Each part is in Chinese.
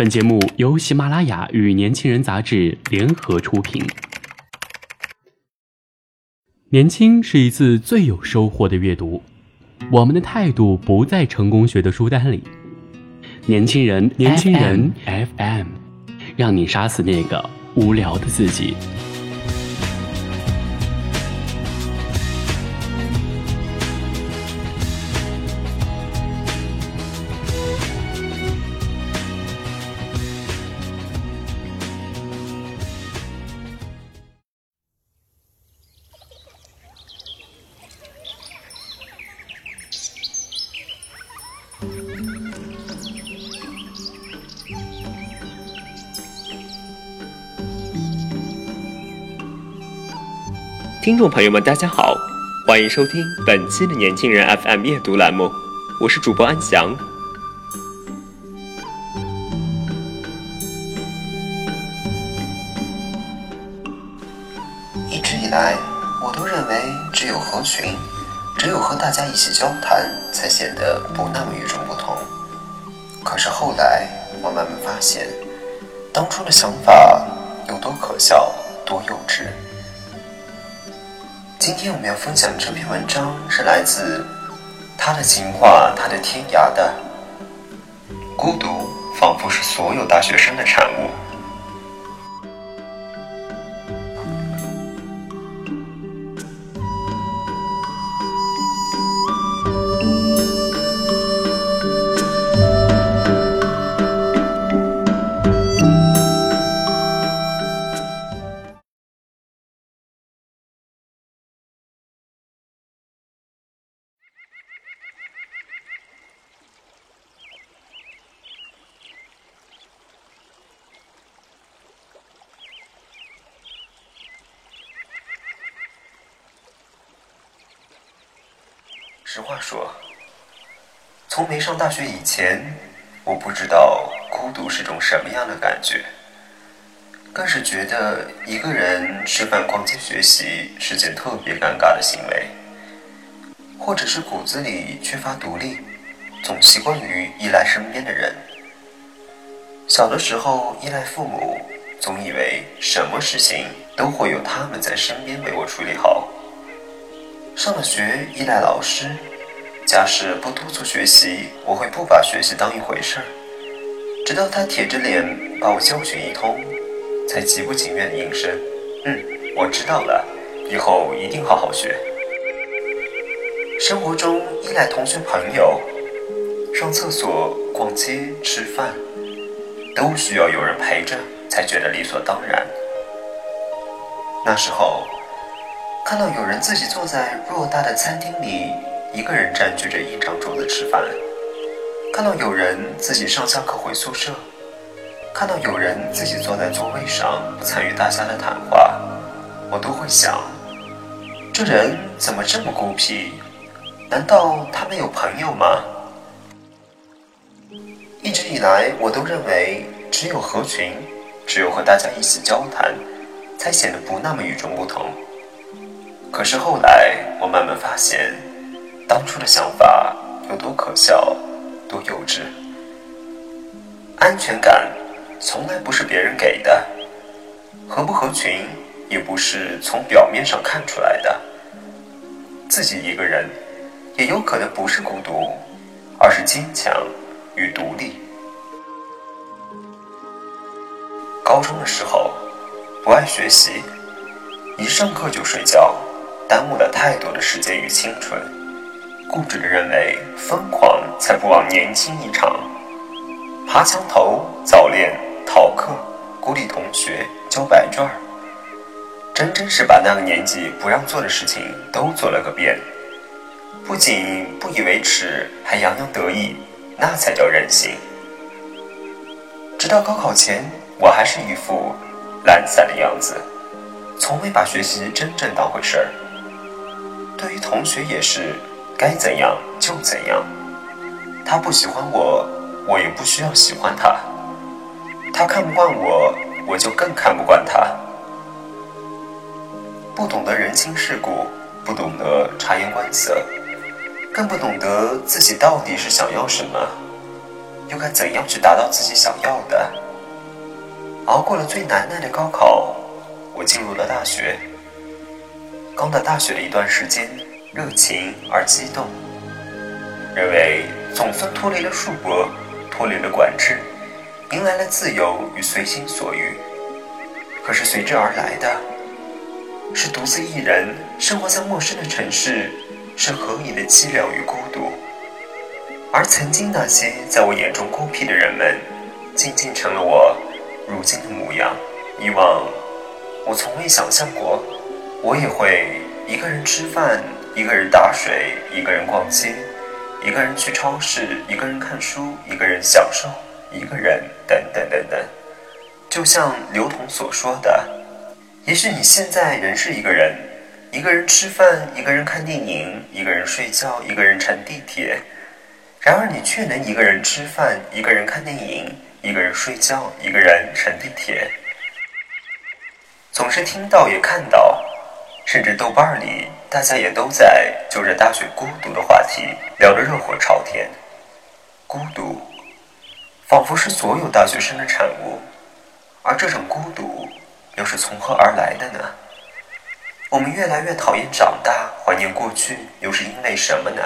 本节目由喜马拉雅与年轻人杂志联合出品。年轻是一次最有收获的阅读，我们的态度不在成功学的书单里。年轻人 FM， 让你杀死那个无聊的自己。 听众朋友们大家好，欢迎收听本期的年轻人 FM 夜读栏目，我是主播安翔。 一直以来我都认为只有合群，只有和大家一起交谈才显得不那么与众不同。可是后来我慢慢发现，当初的想法有多可笑，多幼稚。今天我们要分享这篇文章是来自他的情话，他的天涯的孤独，仿佛是所有大学生的产物。实话说，从没上大学以前，我不知道孤独是种什么样的感觉，更是觉得一个人吃饭、逛街、学习是件特别尴尬的行为，或者是骨子里缺乏独立，总习惯于依赖身边的人。小的时候依赖父母，总以为什么事情都会有他们在身边为我处理好。上了学依赖老师，假使不督促学习，我会不把学习当一回事儿，直到他铁着脸把我教训一通，才极不情愿地应声，我知道了，以后一定好好学。生活中依赖同学朋友，上厕所、逛街、吃饭，都需要有人陪着，才觉得理所当然。那时候看到有人自己坐在偌大的餐厅里，一个人占据着一张桌子吃饭，看到有人自己上下课回宿舍，看到有人自己坐在座位上不参与大家的谈话，我都会想，这人怎么这么孤僻？难道他没有朋友吗？一直以来我都认为只有合群，只有和大家一起交谈，才显得不那么与众不同。可是后来我慢慢发现，当初的想法有多可笑，多幼稚。安全感从来不是别人给的，合不合群也不是从表面上看出来的。自己一个人也有可能不是孤独，而是坚强与独立。高中的时候不爱学习，一上课就睡觉，耽误了太多的时间与青春，固执地认为疯狂才不枉年轻一场，爬墙头、早恋、逃课、孤立同学、交白卷，真是把那个年纪不让做的事情都做了个遍，不仅不以为耻，还洋洋得意，那才叫任性。直到高考前，我还是一副懒散的样子，从未把学习真正当回事儿。对于同学也是该怎样就怎样，他不喜欢我，我也不需要喜欢他，他看不惯我，我就更看不惯他。不懂得人情世故，不懂得察言观色，更不懂得自己到底是想要什么。 又该怎样去达到自己想要的？熬过了最难耐的高考，我进入了大学。刚到大学的一段时间，热情而激动，认为总算脱离了束缚，脱离了管制，迎来了自由与随心所欲。可是随之而来的是独自一人生活在陌生的城市，是何以的凄凉与孤独。而曾经那些在我眼中孤僻的人们，渐渐成了我如今的模样。以往我从未想象过，我也会一个人吃饭，一个人打水，一个人逛街，一个人去超市，一个人看书，一个人享受，一个人等等等等。就像刘同所说的，也许你现在仍是一个人，一个人吃饭，一个人看电影，一个人睡觉，一个人乘地铁，然而你却能一个人吃饭，一个人看电影，一个人睡觉，一个人乘地铁。总是听到也看到，甚至豆瓣里大家也都在就着大学孤独的话题聊得热火朝天。孤独仿佛是所有大学生的产物，而这种孤独又是从何而来的呢？我们越来越讨厌长大，怀念过去，又是因为什么呢？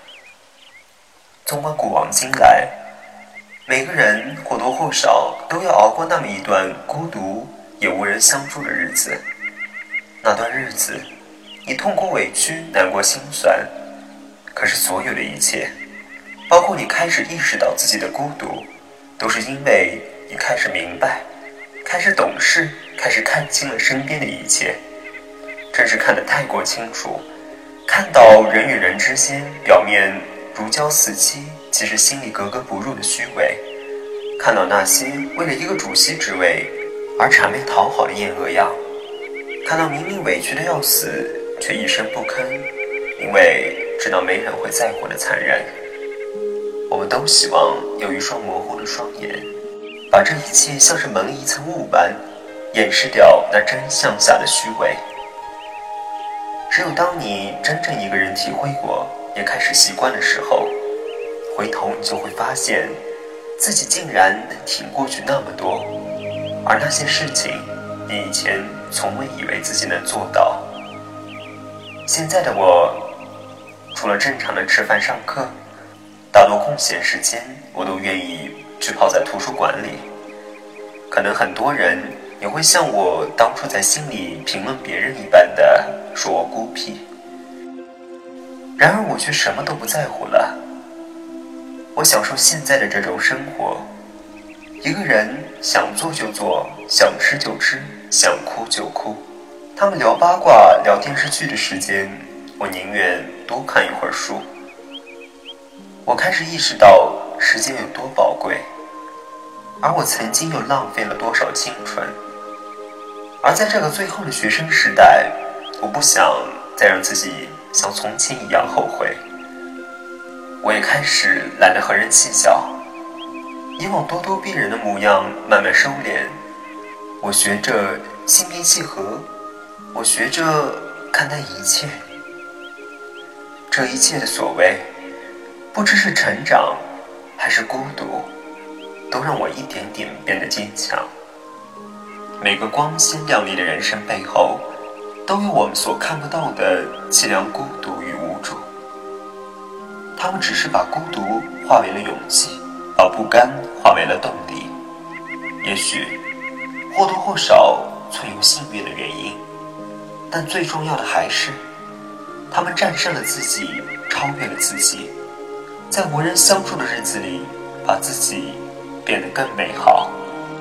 纵观古往今来，每个人或多或少都要熬过那么一段孤独也无人相助的日子。那段日子，你痛苦委屈，难过心酸，可是所有的一切，包括你开始意识到自己的孤独，都是因为你开始明白，开始懂事，开始看清了身边的一切。真是看得太过清楚，看到人与人之间表面如胶似漆，其实心里格格不入的虚伪，看到那些为了一个主席职位而谄媚讨好的艳恶样，看到明明委屈的要死却一声不吭，因为知道没人会在乎的残忍。我们都希望有一双模糊的双眼，把这一切像是蒙了一层雾般掩饰掉那真相下的虚伪。只有当你真正一个人体会过，也开始习惯的时候，回头你就会发现自己竟然能挺过去那么多，而那些事情你以前从未以为自己能做到。现在的我，除了正常的吃饭上课，大多空闲时间我都愿意去泡在图书馆里。可能很多人也会像我当初在心里评论别人一般的说我孤僻，然而我却什么都不在乎了。我享受现在的这种生活，一个人想做就做，想吃就吃，想哭就哭。他们聊八卦聊电视剧的时间，我宁愿多看一会儿书。我开始意识到时间有多宝贵，而我曾经又浪费了多少青春。而在这个最后的学生时代，我不想再让自己像从前一样后悔。我也开始懒得和人计较，以往咄咄逼人的模样慢慢收敛。我学着心平气和，我学着看待一切。这一切的所谓，不知是成长还是孤独，都让我一点点变得坚强。每个光鲜亮丽的人生背后，都有我们所看不到的凄凉孤独与无助。他们只是把孤独化为了勇气，把不甘化为了动力。也许或多或少存有幸运的原因，但最重要的还是他们战胜了自己，超越了自己，在无人相助的日子里把自己变得更美好。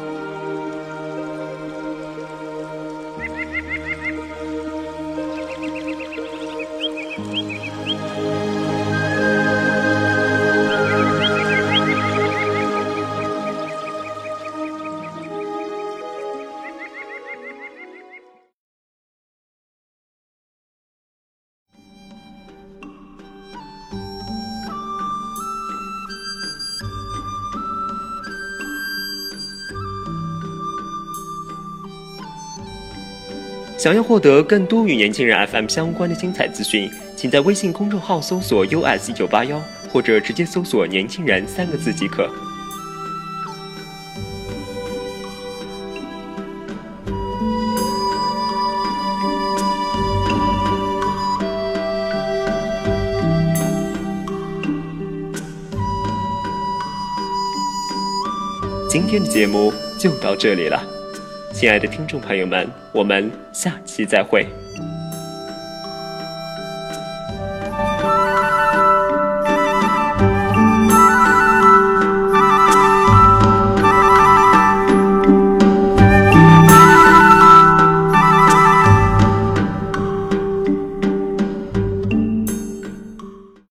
想要获得更多与年轻人 FM 相关的精彩资讯，请在微信公众号搜索 US1981，或者直接搜索年轻人3个字即可。 今天的节目就到这里了，亲爱的听众朋友们，我们下期再会。